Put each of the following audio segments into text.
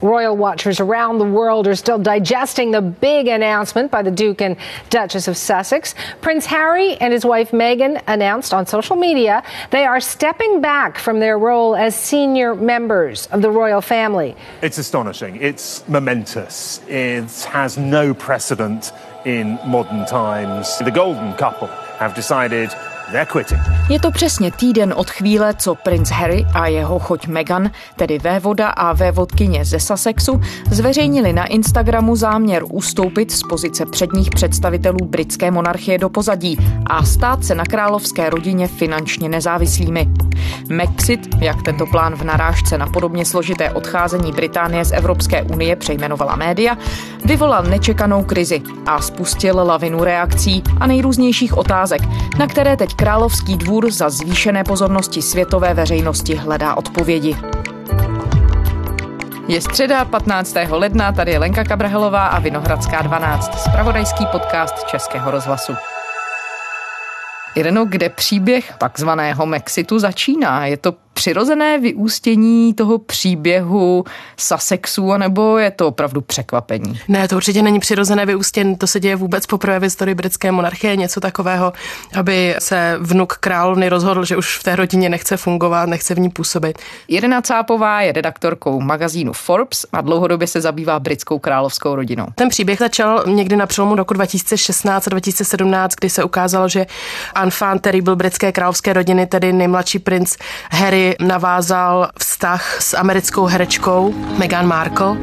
Royal watchers around the world are still digesting the big announcement by the Duke and Duchess of Sussex. Prince Harry and his wife Meghan announced on social media they are stepping back from their role as senior members of the royal family. It's astonishing. It's momentous. It has no precedent in modern times. The golden couple have decided they're quitting. Je to přesně týden od chvíle, co princ Harry a jeho choť Meghan, tedy vévoda a vévodkyně ze Sussexu, zveřejnili na Instagramu záměr ustoupit z pozice předních představitelů britské monarchie do pozadí a stát se na královské rodině finančně nezávislými. Megxit, jak tento plán v narážce na podobně složité odcházení Británie z Evropské unie přejmenovala média, vyvolal nečekanou krizi a spustil lavinu reakcí a nejrůznějších otázek, na které teď Královský dvůr za zvýšené pozornosti světové veřejnosti hledá odpovědi. Je středa 15. ledna, tady je Lenka Kabrhelová a Vinohradská 12, zpravodajský podcast Českého rozhlasu. Ireno, kde příběh takzvaného Mexitu začíná? Je to přirozené vyústění toho příběhu Sussexu, anebo je to opravdu překvapení? Ne, to určitě není přirozené vyústění, to se děje vůbec poprvé v historii britské monarchie, něco takového, aby se vnuk královny rozhodl, že už v té rodině nechce fungovat, nechce v ní působit. Irena Cápová je redaktorkou magazínu Forbes a dlouhodobě se zabývá britskou královskou rodinou. Ten příběh začal někdy na přelomu roku 2016 a 2017, kdy se ukázalo, že enfant terrible britské královské rodiny, tedy nejmladší princ Harry, navázal vztah s americkou herečkou Meghan Markle.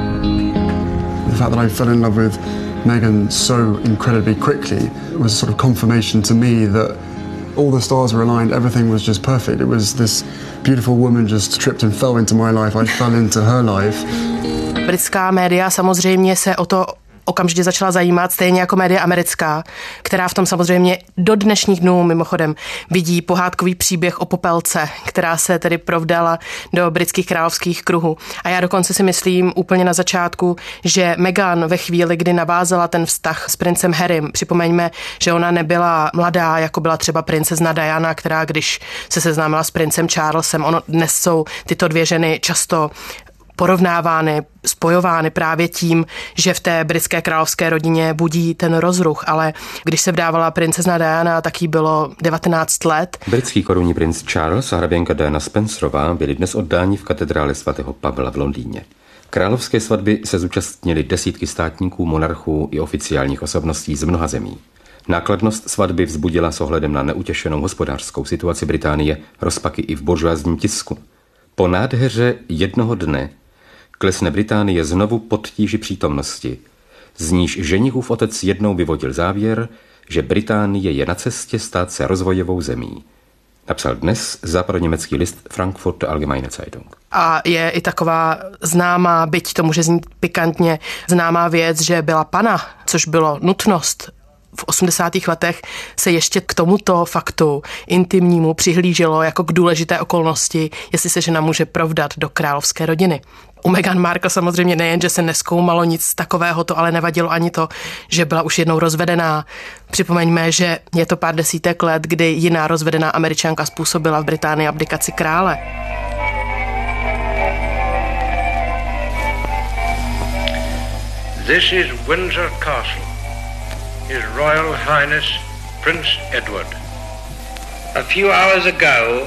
The fact that I fell in love with Meghan so incredibly quickly was sort of confirmation to me that all the stars were aligned, everything was just perfect. It was this beautiful woman just tripped and fell into my life. I fell into her life. Britská média samozřejmě se o to okamžitě začala zajímat, stejně jako média americká, která v tom samozřejmě do dnešních dnů mimochodem vidí pohádkový příběh o popelce, která se tedy provdala do britských královských kruhů. A já dokonce si myslím úplně na začátku, že Meghan ve chvíli, kdy navázala ten vztah s princem Harrym, připomeňme, že ona nebyla mladá, jako byla třeba princezna Diana, která když se seznámila s princem Charlesem, ono dnes jsou tyto dvě ženy často porovnávány, spojovány právě tím, že v té britské královské rodině budí ten rozruch, ale když se vdávala princezna Diana, tak jí bylo 19 let. Britský korunní princ Charles a hraběnka Diana Spencerová byli dnes oddáni v katedrále svatého Pavla v Londýně. Královské svatby se zúčastnili desítky státníků, monarchů i oficiálních osobností z mnoha zemí. Nákladnost svatby vzbudila s ohledem na neutěšenou hospodářskou situaci Británie rozpaky i v buržoázním tisku. Po nádheře jednoho dne klesne Británie znovu pod tíži přítomnosti, z níž ženichův otec jednou vyvodil závěr, že Británie je na cestě stát se rozvojovou zemí. Napsal dnes západoněmecký list Frankfurter Allgemeine Zeitung. A je i taková známá, byť to může znít pikantně, známá věc, že byla pana, což bylo nutnost. V 80. letech se ještě k tomuto faktu intimnímu přihlíželo jako k důležité okolnosti, jestli se žena může provdat do královské rodiny. U Meghan Markle samozřejmě nejen, že se nezkoumalo nic takového, to ale nevadilo ani to, že byla už jednou rozvedená. Připomeňme, že je to pár desítek let, kdy jiná rozvedená Američanka způsobila v Británii abdikaci krále. This is Windsor Castle. His Royal Highness Prince Edward. A few hours ago,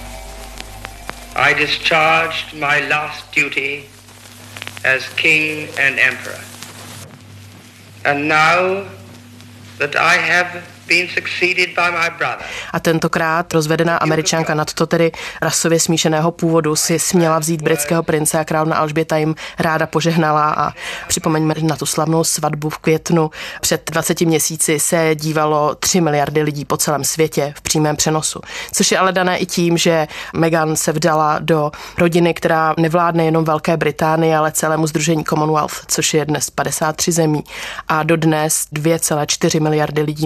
I discharged my last duty as King and Emperor. And now that I have been succeeded by my brother. A tentokrát rozvedená Američanka, nadto tedy rasově smíšeného původu, si směla vzít britského prince a královna Alžběta jim ráda požehnala a připomeňme na tu slavnou svatbu v květnu. Před 20 měsíci se dívalo 3 miliardy lidí po celém světě v přímém přenosu. Což je ale dané i tím, že Meghan se vdala do rodiny, která nevládne jenom Velké Británii, ale celému sdružení Commonwealth, což je dnes 53 zemí. A dodnes 2,4 miliardy lidí na planetě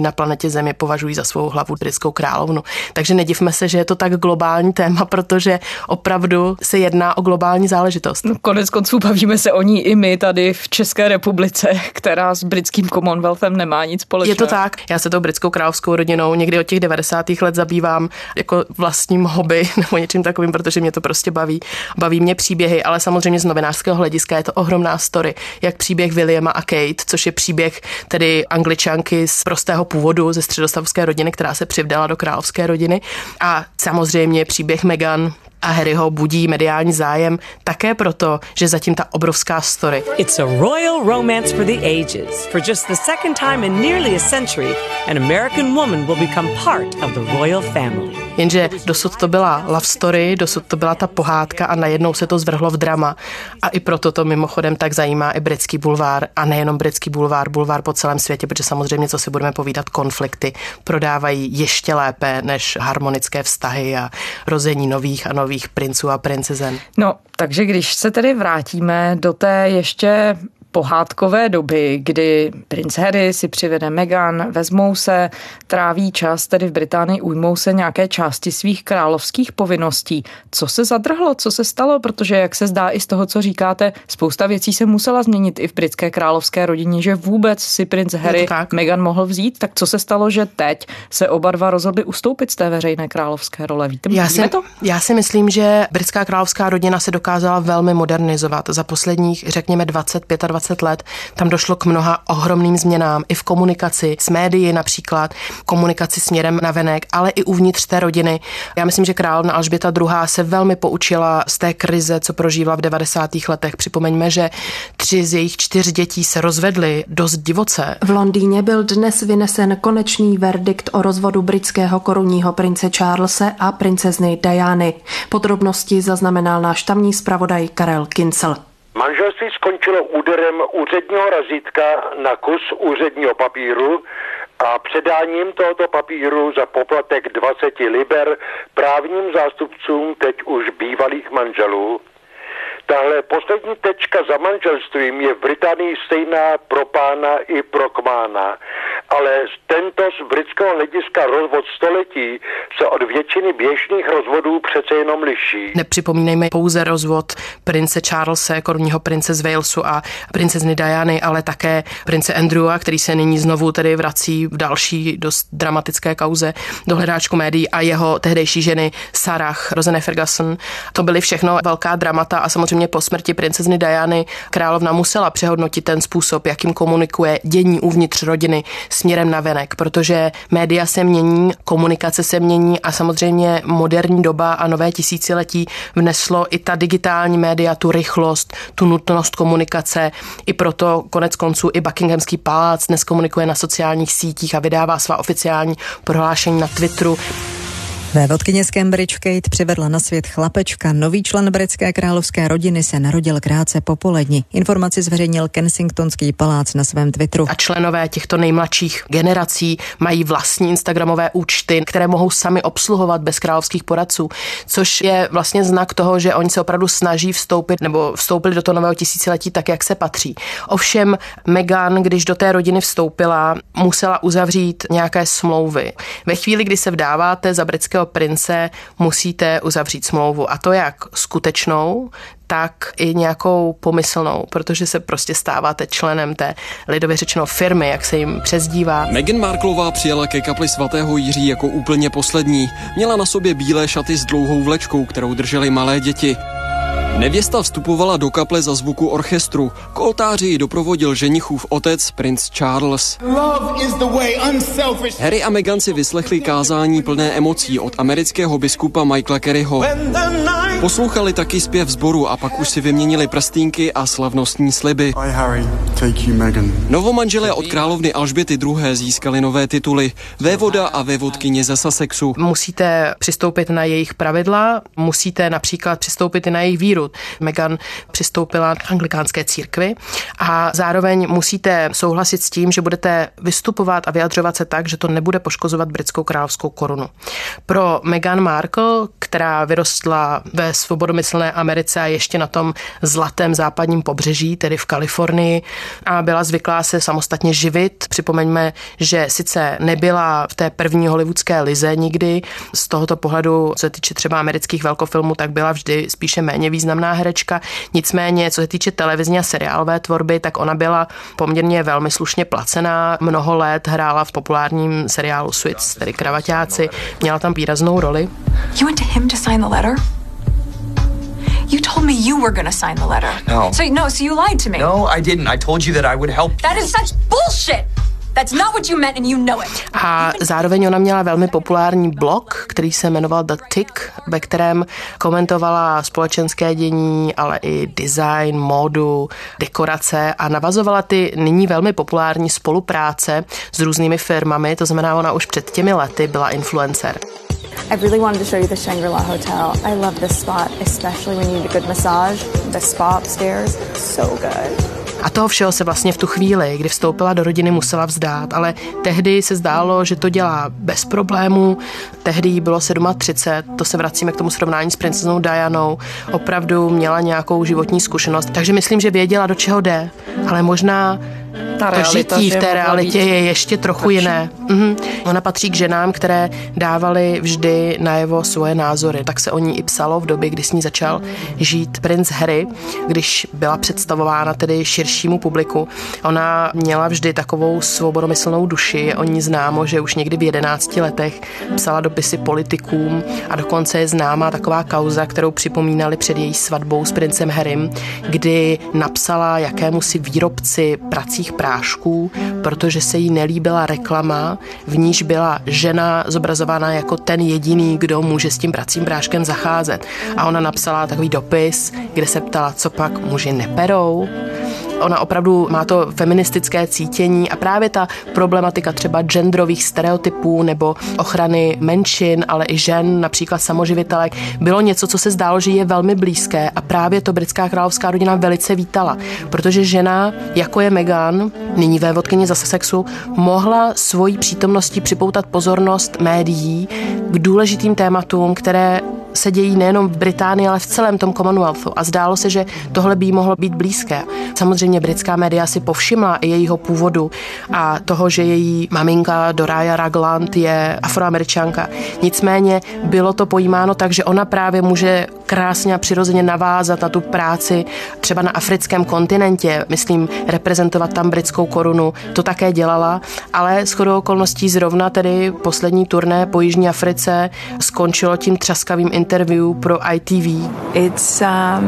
zemi považují za svou hlavu britskou královnu. Takže nedivme se, že je to tak globální téma, protože opravdu se jedná o globální záležitost. No, konec konců bavíme se o ní i my tady v České republice, která s britským Commonwealthem nemá nic společného. Je to tak. Já se tou britskou královskou rodinou někdy od těch 90. let zabývám jako vlastním hobby nebo něčím takovým, protože mě to prostě baví. Baví mě příběhy, ale samozřejmě z novinářského hlediska je to ohromná story, jak příběh Williama a Kate, což je příběh tedy Angličanky z prostého původu ze středostavské rodiny, která se přivdala do královské rodiny, a samozřejmě příběh Meghan a Harryho budí mediální zájem také proto, že zatím ta obrovská story. It's a royal romance for the ages. For just the second time in nearly a century, an American woman will become part of the royal family. Jenže dosud to byla love story, dosud to byla ta pohádka a najednou se to zvrhlo v drama. A i proto to mimochodem tak zajímá i britský bulvár a nejenom britský bulvár po celém světě, protože samozřejmě, co si budeme povídat, konflikty prodávají ještě lépe než harmonické vztahy a rození nových a nových princů a princezen. No, takže když se tedy vrátíme do té ještě pohádkové doby, kdy princ Harry si přivede Meghan, vezmou se, tráví čas, tedy v Británii ujmou se nějaké části svých královských povinností. Co se zadrhlo, co se stalo? Protože jak se zdá i z toho, co říkáte, spousta věcí se musela změnit i v britské královské rodině, že vůbec si princ Harry Meghan mohl vzít. Tak co se stalo, že teď se oba dva rozhodli ustoupit z té veřejné královské role? Víte to? Já si myslím, že britská královská rodina se dokázala velmi modernizovat. Za posledních, řekněme, 25 let tam došlo k mnoha ohromným změnám i v komunikaci s médii, například komunikaci směrem na venek, ale i uvnitř té rodiny. Já myslím, že královna Alžběta II. Se velmi poučila z té krize, co prožívala v 90. letech. Připomeňme, že 3 z jejich 4 dětí se rozvedly dost divoce. V Londýně byl dnes vynesen konečný verdikt o rozvodu britského korunního prince Charlese a princezny Diany. Podrobnosti zaznamenal náš tamní zpravodaj Karel Kincel. Manželství skončilo úderem úředního razítka na kus úředního papíru a předáním tohoto papíru za poplatek 20 liber právním zástupcům teď už bývalých manželů. Tahle poslední tečka za manželstvím je v Británii stejná pro pána i pro kmána, ale tento z britského hlediska rozvod století se od většiny běžných rozvodů přece jenom liší. Nepřipomínejme pouze rozvod prince Charlese, korunního prince z Walesu a princezny Diany, ale také prince Andrewa, který se nyní znovu tedy vrací v další dost dramatické kauze do hledáčku médií, a jeho tehdejší ženy Sarah, rozené Ferguson. To byly všechno velká dramata a samozřejmě po smrti princezny Diany královna musela přehodnotit ten způsob, jakým komunikuje dění uvnitř rodiny směrem na venek, protože média se mění, komunikace se mění a samozřejmě moderní doba a nové tisíciletí vneslo i ta digitální média, tu rychlost, tu nutnost komunikace. I proto konec konců i Buckinghamský palác dnes komunikuje na sociálních sítích a vydává svá oficiální prohlášení na Twitteru. Vévodkyně z Cambridge Kate přivedla na svět chlapečka. Nový člen britské královské rodiny se narodil krátce po poledni. Informaci zveřejnil Kensingtonský palác na svém Twitteru. A členové těchto nejmladších generací mají vlastní instagramové účty, které mohou sami obsluhovat bez královských poradců, což je vlastně znak toho, že oni se opravdu snaží vstoupili do toho nového tisíciletí tak, jak se patří. Ovšem Meghan, když do té rodiny vstoupila, musela uzavřít nějaké smlouvy. Ve chvíli, kdy se vdáváte za britského prince, musíte uzavřít smlouvu, a to jak skutečnou, tak i nějakou pomyslnou, protože se prostě stáváte členem té lidově řečeno firmy, jak se jim přezdívá. Meghan Marklová přijela ke kapli svatého Jiří jako úplně poslední. Měla na sobě bílé šaty s dlouhou vlečkou, kterou držely malé děti. Nevěsta vstupovala do kaple za zvuku orchestru. K oltáři ji doprovodil ženichův otec, princ Charles. Harry a Meghan si vyslechli kázání plné emocí od amerického biskupa Michaela Kerryho. Poslouchali taky zpěv sboru a pak už si vyměnili prstínky a slavnostní sliby. Novomanželé od královny Alžběty II. Získali nové tituly vévoda a vévodkyně ze Sussexu. Musíte přistoupit na jejich pravidla, musíte například přistoupit i na jejich víru. Sussexu. Meghan přistoupila k anglikánské církvi a zároveň musíte souhlasit s tím, že budete vystupovat a vyjadřovat se tak, že to nebude poškozovat britskou královskou korunu. Pro Meghan Markle, která vyrostla ve svobodomyslné Americe a ještě na tom zlatém západním pobřeží, tedy v Kalifornii, a byla zvyklá se samostatně živit. Připomeňme, že sice nebyla v té první hollywoodské lize nikdy, z tohoto pohledu, co se týče třeba amerických velkofilmů, tak byla vždy spíše méně významná herečka. Nicméně, co se týče televizní a seriálové tvorby, tak ona byla poměrně velmi slušně placená. Mnoho let hrála v populárním seriálu Suits, tedy Kravaťáci. Měla tam výraznou roli. You went to him to sign the letter? You told me you were going to sign the letter. No. So you lied to me. No, I didn't. I told you that I would help. That is such bullshit. That's not what you meant and you know it. A zároveň ona měla velmi populární blog, který se jmenoval The Tick, ve kterém komentovala společenské dění, ale i design, módu, dekorace a navazovala ty nyní velmi populární spolupráce s různými firmami, to znamená, ona už před těmi lety byla influencer. I really wanted to show you the Shangri-La Hotel. I love this spot, especially when you need a good massage. The spa upstairs, so good. A toho všeho se vlastně v tu chvíli, kdy vstoupila do rodiny, musela vzdát, ale tehdy se zdálo, že to dělá bez problémů. Tehdy jí bylo 37, to se vracíme k tomu srovnání s princeznou Dianou. Opravdu měla nějakou životní zkušenost, takže myslím, že věděla, do čeho jde, ale možná to žití v té realitě je ještě trochu jiné. Ona patří k ženám, které dávaly vždy najevo svoje názory. Tak se o ní i psalo v době, kdy s ní začal žít princ Harry, když byla představována tedy širšímu publiku. Ona měla vždy takovou svobodomyslnou duši. Je o ní známo, že už někdy v 11 letech psala dopisy politikům a dokonce je známá taková kauza, kterou připomínali před její svatbou s princem Harrym, kdy napsala jakémusi výrobci pracích prášků, protože se jí nelíbila reklama, v níž byla žena zobrazována jako ten jediný, kdo může s tím pracím práškem zacházet. A ona napsala takový dopis, kde se ptala, co pak muži neperou. Ona opravdu má to feministické cítění a právě ta problematika třeba genderových stereotypů nebo ochrany menšin, ale i žen, například samoživitelek, bylo něco, co se zdálo, že je velmi blízké a právě to britská královská rodina velice vítala, protože žena, jako je Meghan, nyní vévodkyně ze Sussexu, mohla svojí přítomností připoutat pozornost médií k důležitým tématům, které se dějí nejenom v Británii, ale v celém tom Commonwealthu a zdálo se, že tohle by jí mohlo být blízké. Samozřejmě britská média si povšimla i jejího původu a toho, že její maminka Doraya Ragland je Afroameričanka. Nicméně bylo to pojímáno tak, že ona právě může krásně a přirozeně navázat na tu práci třeba na africkém kontinentě, myslím, reprezentovat tam britskou korunu, to také dělala, ale shodou okolností zrovna tedy poslední turné po Jižní Africe skončilo tím třaskavým interview pro ITV. It's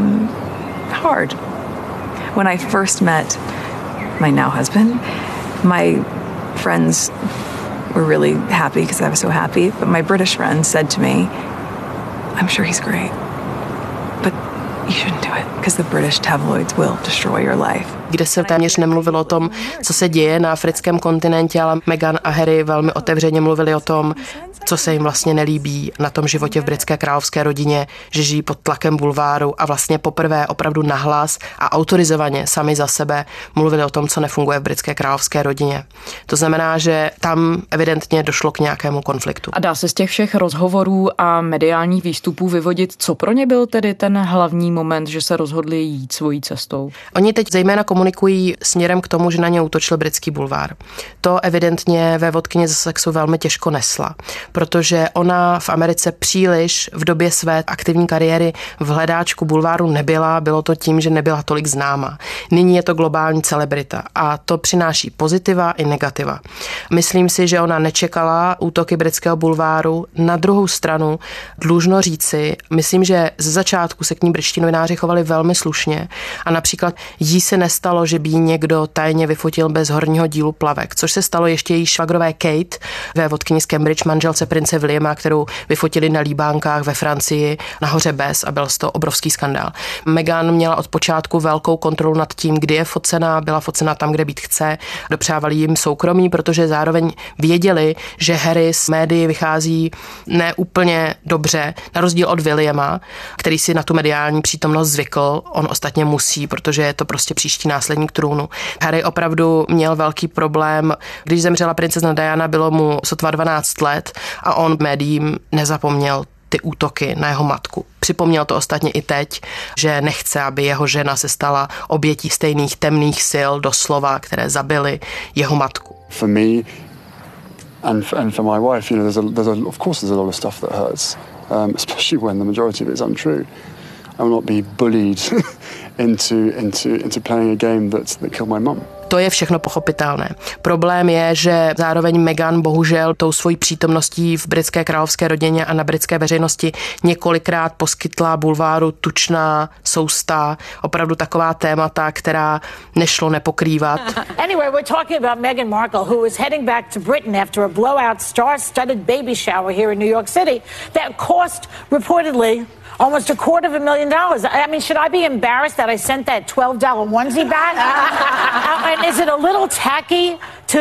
hard. When I first met my now husband, my friends were really happy because I was so happy, but my British friends said to me, I'm sure he's great, but you shouldn't do it because the British tabloids will destroy your life. Kde se téměř nemluvilo o tom, co se děje na africkém kontinentě, ale Meghan a Harry velmi otevřeně mluvili o tom, co se jim vlastně nelíbí na tom životě v britské královské rodině, že žijí pod tlakem bulváru a vlastně poprvé opravdu nahlas a autorizovaně sami za sebe mluvili o tom, co nefunguje v britské královské rodině. To znamená, že tam evidentně došlo k nějakému konfliktu. A dá se z těch všech rozhovorů a mediálních výstupů vyvodit, co pro ně byl tedy ten hlavní moment, že se rozhodli jít svojí cestou? Oni teď zejména komunikují směrem k tomu, že na ně útočil britský bulvár. To evidentně vévodkyně ze Sussexu velmi těžko nesla, protože ona v Americe příliš v době své aktivní kariéry v hledáčku bulváru nebyla, bylo to tím, že nebyla tolik známa. Nyní je to globální celebrita a to přináší pozitiva i negativa. Myslím si, že ona nečekala útoky britského bulváru. Na druhou stranu dlužno říci, myslím, že ze začátku se k ní britští novináři chovali velmi slušně a například jí se nestalo, že by jí někdo tajně vyfotil bez horního dílu plavek, což se stalo ještě její švagrové Kate, vévodkyni z Cambridge, manželce manželce prince Williama, kterou vyfotili na líbánkách ve Francii na hoře Bes a byl to obrovský skandál. Meghan měla od počátku velkou kontrolu nad tím, kdy je focená, byla focená tam, kde být chce, dopřávali jim soukromí, protože zároveň věděli, že Harry z médií vychází neúplně dobře, na rozdíl od Williama, který si na tu mediální přítomnost zvykl, on ostatně musí, protože je to prostě příští následník trůnu. Harry opravdu měl velký problém, když zemřela princezna Diana, bylo mu sotva 12 let a on médiím nezapomněl ty útoky na jeho matku. Připomněl to ostatně i teď, že nechce, aby jeho žena se stala obětí stejných temných sil doslova, které zabily jeho matku. For me and for my wife, of course there's a lot of stuff that hurts, especially when the majority of it is untrue. I will not be bullied into playing a game that killed my mum. To je všechno pochopitelné. Problém je, že zároveň Meghan bohužel tou svojí přítomností v britské královské rodině a na britské veřejnosti několikrát poskytla bulváru tučná, soustá, opravdu taková témata, která nešlo nepokrývat. Anyway, we're talking about Meghan Markle, who is heading back to Britain after a blowout star-studded baby shower here in New York City that cost reportedly almost $250,000. I mean, should I be embarrassed that I sent that $12 onesie back? And is it a little tacky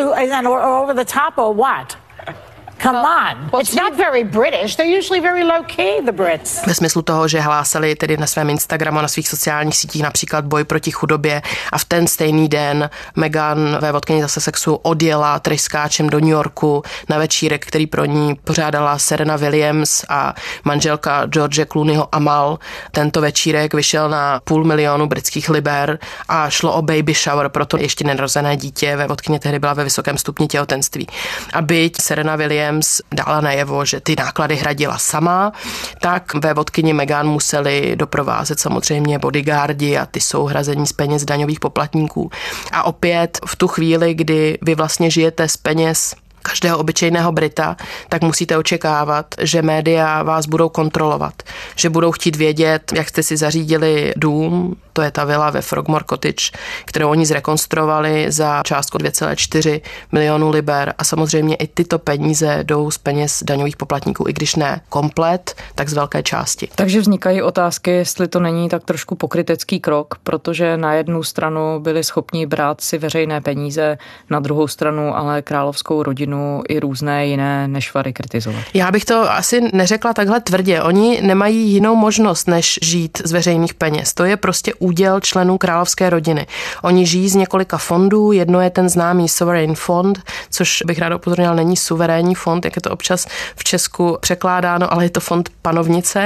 or over the top or what? Come on. It's not very British. They're usually very low-key, the Brits. Ve smyslu toho, že hlásali tedy na svém Instagramu a na svých sociálních sítích například boj proti chudobě a v ten stejný den Meghan, vévodkyně ze Sussexu, odjela tryskáčem do New Yorku na večírek, který pro ní pořádala Serena Williams a manželka George Clooneyho Amal. Tento večírek vyšel na $500,000 britských liber a šlo o baby shower, proto ještě nenarozené dítě. Vévodkyně tehdy byla ve vysokém stupni těhotenství. A byť Serena Williams dala najevo, že ty náklady hradila sama, tak vévodkyni Meghan museli doprovázet samozřejmě bodyguardi a ty jsou hrazení z peněz daňových poplatníků. A opět v tu chvíli, kdy vy vlastně žijete z peněz každého obyčejného Brita, tak musíte očekávat, že média vás budou kontrolovat, že budou chtít vědět, jak jste si zařídili dům, to je ta vila ve Frogmore Cottage, kterou oni zrekonstruovali za částku 2,4 milionu liber a samozřejmě i tyto peníze jdou z peněz daňových poplatníků, i když ne komplet, tak z velké části. Takže vznikají otázky, jestli to není tak trošku pokrytecký krok, protože na jednu stranu byli schopni brát si veřejné peníze, na druhou stranu ale královskou rodinu i různé jiné nešvary kritizovat. Já bych to asi neřekla takhle tvrdě. Oni nemají jinou možnost, než žít z veřejných peněz. To je prostě úděl členů královské rodiny. Oni žijí z několika fondů, jedno je ten známý Sovereign Fond, což bych ráda upozornila, není suverénní fond, jak je to občas v Česku překládáno, ale je to fond panovnice,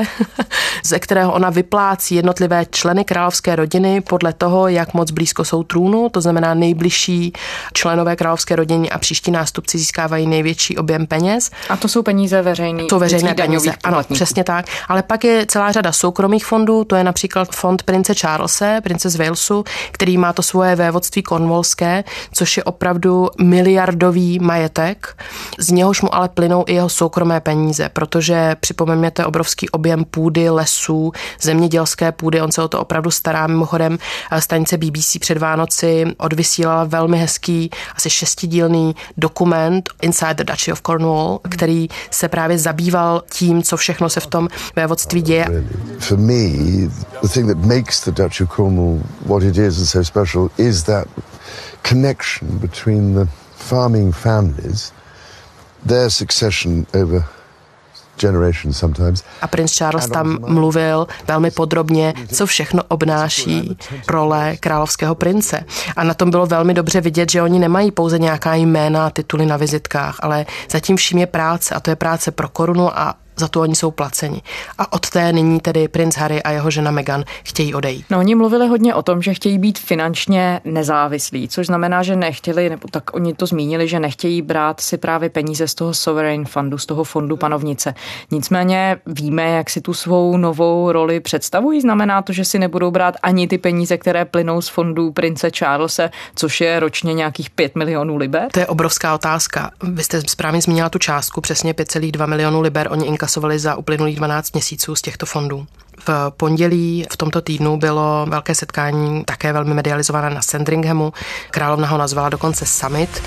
ze kterého ona vyplácí jednotlivé členy královské rodiny podle toho, jak moc blízko jsou trůnu, to znamená nejbližší členové královské rodiny a příští nástupci získávají největší objem peněz. A to jsou peníze veřejných. To veřejné peníze, ano, přesně tak. Ale pak je celá řada soukromých fondů, to je například fond prince Charlese, prince z Walesu, který má to svoje vévodství Cornwallské, což je opravdu miliardový majetek, z něhož mu ale plynou i jeho soukromé peníze, protože připomeňte obrovský objem půdy, lesů, zemědělské půdy, on se o to opravdu stará. Mimochodem stanice BBC před Vánoci odvysílala velmi hezký, asi 6dílný dokument Inside the Duchy of Cornwall, který se právě zabýval tím, co všechno se v tom vévodství děje. For me, the thing that makes the Duchy of Cornwall what it is and so special is that connection between the farming families, their succession over generations sometimes. A princ Charles tam mluvil velmi podrobně, co všechno obnáší role královského prince. A na tom bylo velmi dobře vidět, že oni nemají pouze nějaká jména a tituly na vizitkách, ale zatím vším je práce a to je práce pro korunu a za to oni jsou placeni. A od té nyní tedy princ Harry a jeho žena Meghan chtějí odejít. No, oni mluvili hodně o tom, že chtějí být finančně nezávislí, což znamená, že nechtěli, nebo tak oni to zmínili, že nechtějí brát si právě peníze z toho Sovereign Fundu, z toho fondu panovnice. Nicméně víme, jak si tu svou novou roli představují. Znamená to, že si nebudou brát ani ty peníze, které plynou z fondu prince Charlese, což je ročně nějakých 5 milionů liber? To je obrovská otázka. Vy jste správně zmínila tu částku, přesně 5,2 milionu liber. Oni inkasovali za uplynulých 12 měsíců z těchto fondů. V pondělí v tomto týdnu bylo velké setkání, také velmi medializované na Sandringhamu. Královna ho nazvala dokonce summit.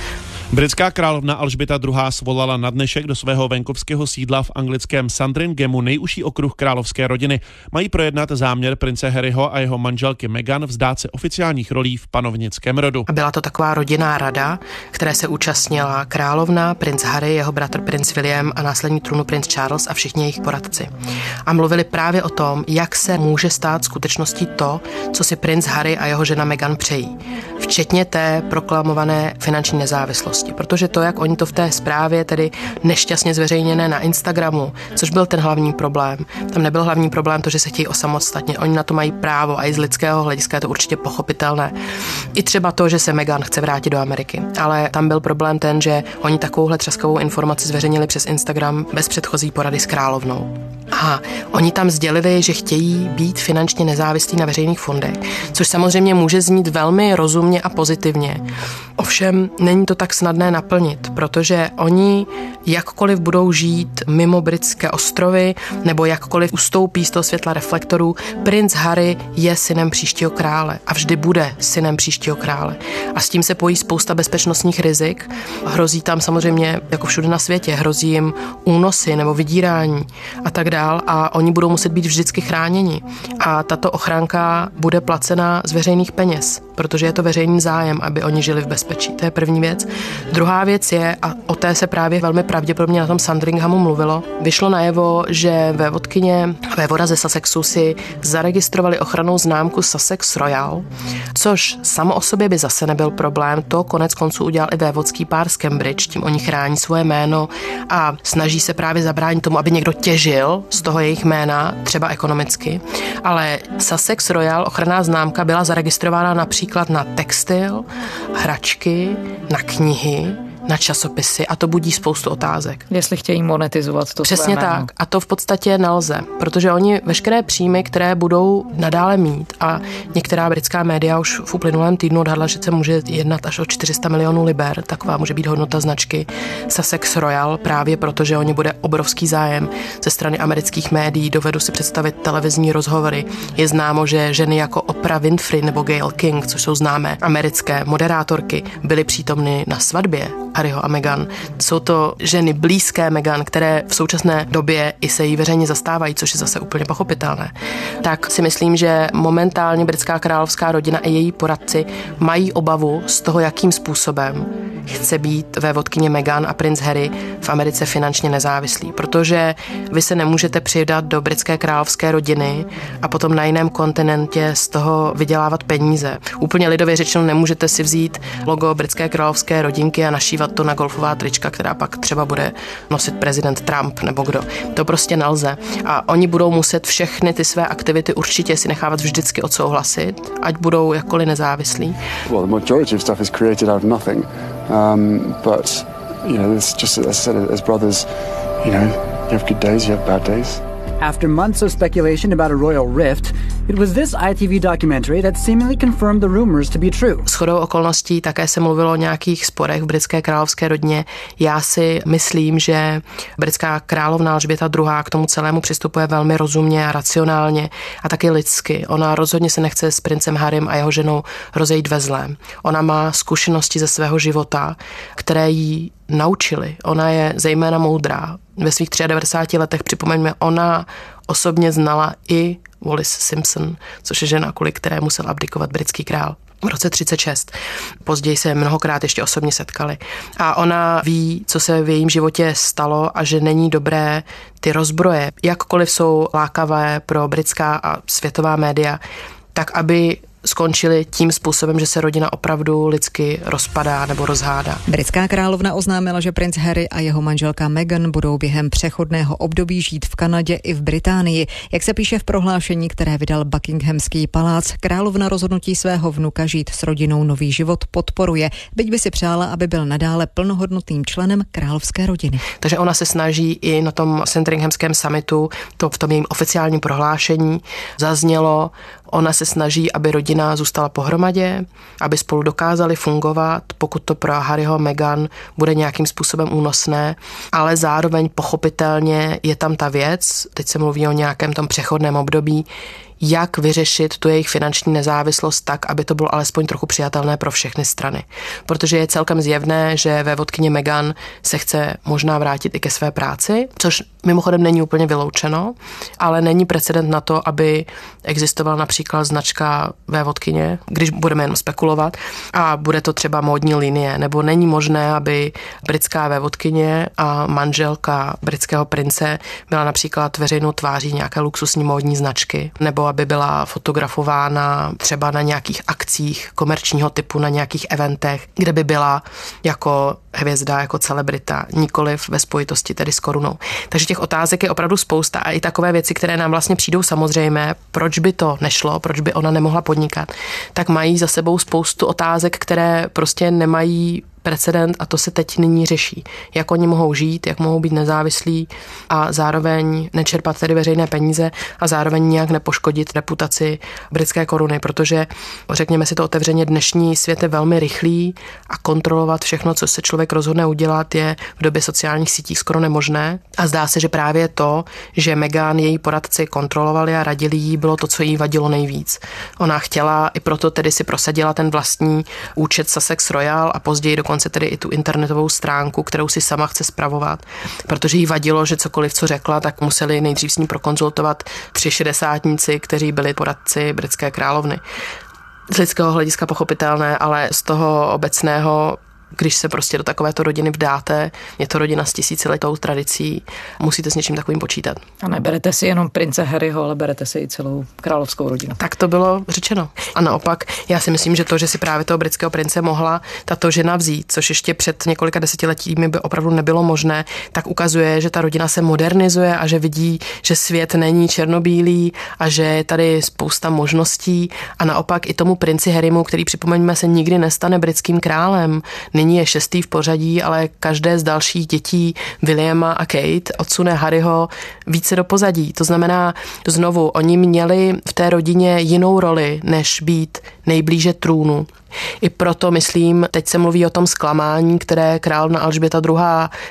Britská královna Alžběta II. Svolala na dnešek do svého venkovského sídla v anglickém Sandringhamu nejúžší okruh královské rodiny. Mají projednat záměr prince Harryho a jeho manželky Meghan vzdát se oficiálních rolí v panovnickém rodu. Byla to taková rodinná rada, které se účastnila královna, princ Harry, jeho bratr princ William a následní trůnu princ Charles a všichni jejich poradci. A mluvili právě o tom, jak se může stát skutečností to, co si princ Harry a jeho žena Meghan přejí. Včetně té proklamované finanční nezávislosti. Protože to, jak oni to v té zprávě tedy nešťastně zveřejněné na Instagramu, což byl ten hlavní problém. Tam nebyl hlavní problém to, že se chtějí osamostatnit. Oni na to mají právo a i z lidského hlediska je to určitě pochopitelné. I třeba to, že se Meghan chce vrátit do Ameriky. Ale tam byl problém ten, že oni takovouhle třaskovou informaci zveřejnili přes Instagram bez předchozí porady s královnou. A oni tam sdělili, že chtějí být finančně nezávislí na veřejných fondech, což samozřejmě může znít velmi rozumně a pozitivně. Ovšem není to tak snadné naplnit, protože oni jakkoliv budou žít mimo britské ostrovy nebo jakkoliv ustoupí z toho světla reflektorů, princ Harry je synem příštího krále a vždy bude synem příštího krále. A s tím se pojí spousta bezpečnostních rizik. Hrozí tam samozřejmě, jako všude na světě, hrozí jim únosy nebo vydírání a tak dál a oni budou muset být vždycky chráněni. A tato ochránka bude placena z veřejných peněz, protože je to veřejný zájem, aby oni žili v bezpečí. To je první věc. Druhá věc je, a o té se právě velmi pravděpodobně na tom Sandringhamu mluvilo, vyšlo najevo, že vévoda ze Sussexu si zaregistrovali ochrannou známku Sussex Royal, což samo o sobě by zase nebyl problém. To konec konců udělal i vévodský pár z Cambridge, tím oni chrání svoje jméno a snaží se právě zabránit tomu, aby někdo těžil z toho jejich jména, třeba ekonomicky. Ale Sussex Royal ochranná známka byla zaregistrována například na textil, hračky, na knihy, na časopisy a to budí spoustu otázek. Jestli chtějí monetizovat to Přesně své jméno. tak. A to v podstatě nelze, protože oni veškeré příjmy, které budou nadále mít a některá britská média už v uplynulém týdnu odhadla, že se může jednat až o 400 milionů liber, taková může být hodnota značky Sussex Royal, právě protože oni bude obrovský zájem ze strany amerických médií. Dovedu si představit televizní rozhovory. Je známo, že ženy jako Oprah Winfrey nebo Gayle King, což jsou známé americké moderátorky, byly přítomny na svatbě Harryho a Meghan. Jsou to ženy blízké Meghan, které v současné době i se jí veřejně zastávají, což je zase úplně pochopitelné. Tak si myslím, že momentálně britská královská rodina a její poradci mají obavu z toho, jakým způsobem chce být vévodkyně Meghan a princ Harry v Americe finančně nezávislí, protože vy se nemůžete přidat do britské královské rodiny a potom na jiném kontinentě z toho vydělávat peníze. Úplně lidově řečeno nemůžete si vzít logo britské královské rodinky a našívat to na golfová trička, která pak třeba bude nosit prezident Trump nebo kdo. To prostě nelze. A oni budou muset všechny ty své aktivity určitě si nechávat vždycky odsouhlasit, ať budou jakkoliv nezávislí. Well, the majority of stuff is created out of nothing. But, you know, it's just, as I said, as brothers, you know, you have good days, you have bad days. After months of speculation about a royal rift, it was this ITV documentary that seemingly confirmed the rumors to be true. Shodou okolností také se mluvilo o nějakých sporech v britské královské rodině. Já si myslím, že britská královna Alžběta II. K tomu celému přistupuje velmi rozumně a racionálně a taky lidsky. Ona rozhodně se nechce s princem Harrym a jeho ženou rozejít ve zlém. Ona má zkušenosti ze svého života, které jí naučili. Ona je zejména moudrá. Ve svých 93 letech, připomeňme, ona osobně znala i Wallis Simpson, což je žena, kvůli které musel abdikovat britský král v roce 36. Později se mnohokrát ještě osobně setkali. A ona ví, co se v jejím životě stalo a že není dobré ty rozbroje, jakkoliv jsou lákavé pro britská a světová média, tak aby skončili tím způsobem, že se rodina opravdu lidsky rozpadá nebo rozhádá. Britská královna oznámila, že princ Harry a jeho manželka Meghan budou během přechodného období žít v Kanadě i v Británii. Jak se píše v prohlášení, které vydal Buckinghamský palác, královna rozhodnutí svého vnuka žít s rodinou nový život podporuje, byť by si přála, aby byl nadále plnohodnotným členem královské rodiny. Takže ona se snaží i na tom Sandringhamském summitu, to v tom jejím oficiálním prohlášení zaznělo, ona se snaží, aby rodina zůstala pohromadě, aby spolu dokázali fungovat, pokud to pro Harryho a Meghan bude nějakým způsobem únosné, ale zároveň pochopitelně je tam ta věc, teď se mluví o nějakém tom přechodném období, jak vyřešit tu jejich finanční nezávislost tak, aby to bylo alespoň trochu přijatelné pro všechny strany. Protože je celkem zjevné, že vévodkyně Meghan se chce možná vrátit i ke své práci, což mimochodem není úplně vyloučeno, ale není precedent na to, aby existovala například značka vévodkyně, když budeme jen spekulovat, a bude to třeba módní linie, nebo není možné, aby britská vévodkyně a manželka britského prince byla například veřejnou tváří nějaké luxusní módní značky, nebo aby byla fotografována třeba na nějakých akcích komerčního typu, na nějakých eventech, kde by byla jako hvězda, jako celebrita, nikoliv ve spojitosti tedy s korunou. Takže těch otázek je opravdu spousta a i takové věci, které nám vlastně přijdou samozřejmé, proč by to nešlo, proč by ona nemohla podnikat, tak mají za sebou spoustu otázek, které prostě nemají precedent a to se teď nyní řeší. Jak oni mohou žít, jak mohou být nezávislí a zároveň nečerpat tedy veřejné peníze a zároveň nějak nepoškodit reputaci britské koruny, protože řekněme si to otevřeně, dnešní svět je velmi rychlý a kontrolovat všechno, co se člověk rozhodne udělat, je v době sociálních sítí skoro nemožné a zdá se, že právě to, že Meghan její poradci kontrolovali a radili jí, bylo to, co jí vadilo nejvíc. Ona chtěla i proto tedy si prosadila ten vlastní účet Sussex Royal a později dokonce tedy i tu internetovou stránku, kterou si sama chce spravovat, protože jí vadilo, že cokoliv, co řekla, tak museli nejdřív s ní prokonzultovat 360níci, kteří byli poradci britské královny. Z lidského hlediska pochopitelné, ale z toho obecného, když se prostě do takovéto rodiny vdáte, je to rodina s tisíciletou tradicí, musíte s něčím takovým počítat. A neberete si jenom prince Harryho, ale berete si i celou královskou rodinu. Tak to bylo řečeno. A naopak, já si myslím, že to, že si právě toho britského prince mohla tato žena vzít, což ještě před několika desetiletími by opravdu nebylo možné, tak ukazuje, že ta rodina se modernizuje a že vidí, že svět není černobílý a že je tady spousta možností a naopak i tomu princi Harrymu, který připomeňme se nikdy nestane britským králem, nyní je 6. v pořadí, ale každé z dalších dětí Williama a Kate odsune Harryho více do pozadí. To znamená, znovu, oni měli v té rodině jinou roli, než být nejblíže trůnu. I proto, myslím, teď se mluví o tom zklamání, které královna Alžběta II.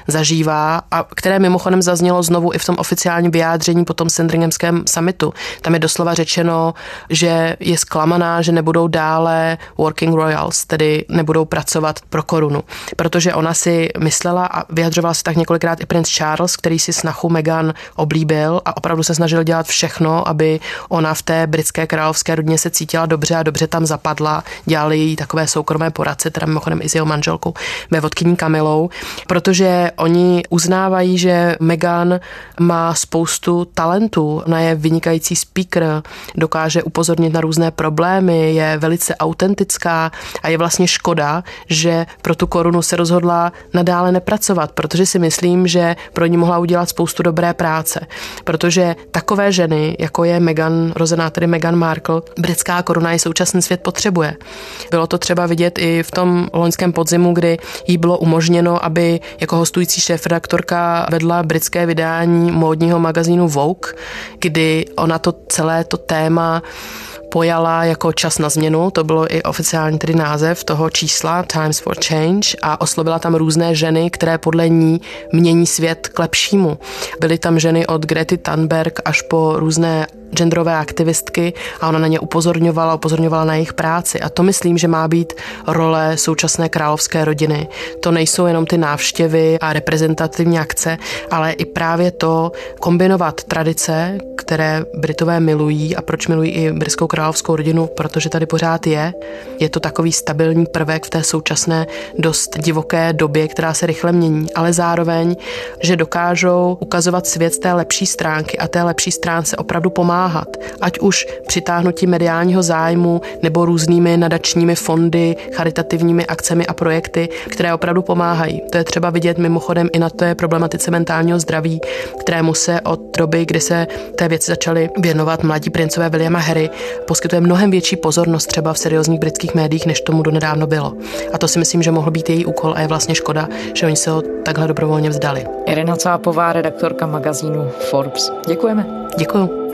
Zažívá a které mimochodem zaznělo znovu i v tom oficiálním vyjádření po tom Sandringhamském summitu. Tam je doslova řečeno, že je zklamaná, že nebudou dále working royals, tedy nebudou pracovat pro korunu. Protože ona si myslela a vyjadřovala se tak několikrát i princ Charles, který si snachu Meghan oblíbil a opravdu se snažil dělat všechno, aby ona v té britské královské rodině se cítila dobře a dobře tam zapadla. Dělali takové soukromé poradce, teda mimochodem i s jeho manželkou vévodkyní Kamilou, protože oni uznávají, že Meghan má spoustu talentů, ona je vynikající speaker, dokáže upozornit na různé problémy, je velice autentická a je vlastně škoda, že pro tu korunu se rozhodla nadále nepracovat, protože si myslím, že pro ní mohla udělat spoustu dobré práce, protože takové ženy, jako je Meghan, rozená tedy Meghan Markle, britská koruna i současný svět potřebuje. Bylo to třeba vidět i v tom loňském podzimu, kdy jí bylo umožněno, aby jako hostující šéfredaktorka vedla britské vydání módního magazínu Vogue, kdy ona to celé to téma pojala jako čas na změnu, to bylo i oficiální tedy název toho čísla Times for Change a oslovila tam různé ženy, které podle ní mění svět k lepšímu. Byly tam ženy od Grety Thunberg až po různé genderové aktivistky a ona na ně upozorňovala na jejich práci. A to myslím, že má být role současné královské rodiny. To nejsou jenom ty návštěvy a reprezentativní akce, ale i právě to kombinovat tradice, které Britové milují a proč milují i britskou královskou rodinu, protože tady pořád je. Je to takový stabilní prvek v té současné dost divoké době, která se rychle mění, ale zároveň, že dokážou ukazovat svět z té lepší stránky a té lepší stránce opravdu pomáhat. Ať už přitáhnutí mediálního zájmu nebo různými nadačními fondy, charitativními akcemi a projekty, které opravdu pomáhají. To je třeba vidět mimochodem i na té problematice mentálního zdraví, kterému se od doby, kdy se té věci začaly věnovat mladí princové William a Harry, poskytuje mnohem větší pozornost třeba v seriózních britských médiích, než tomu donedávno bylo. A to si myslím, že mohl být její úkol a je vlastně škoda, že oni se ho takhle dobrovolně vzdali. Irina Cápová, redaktorka magazínu Forbes. Děkujeme. Děkuju.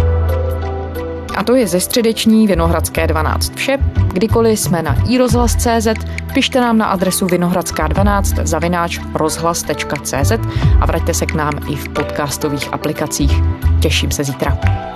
A to je ze středeční Vinohradské 12 vše. Kdykoliv jsme na iRozhlas.cz, pište nám na adresu vinohradská12@rozhlas.cz a vraťte se k nám i v podcastových aplikacích. Těším se zítra.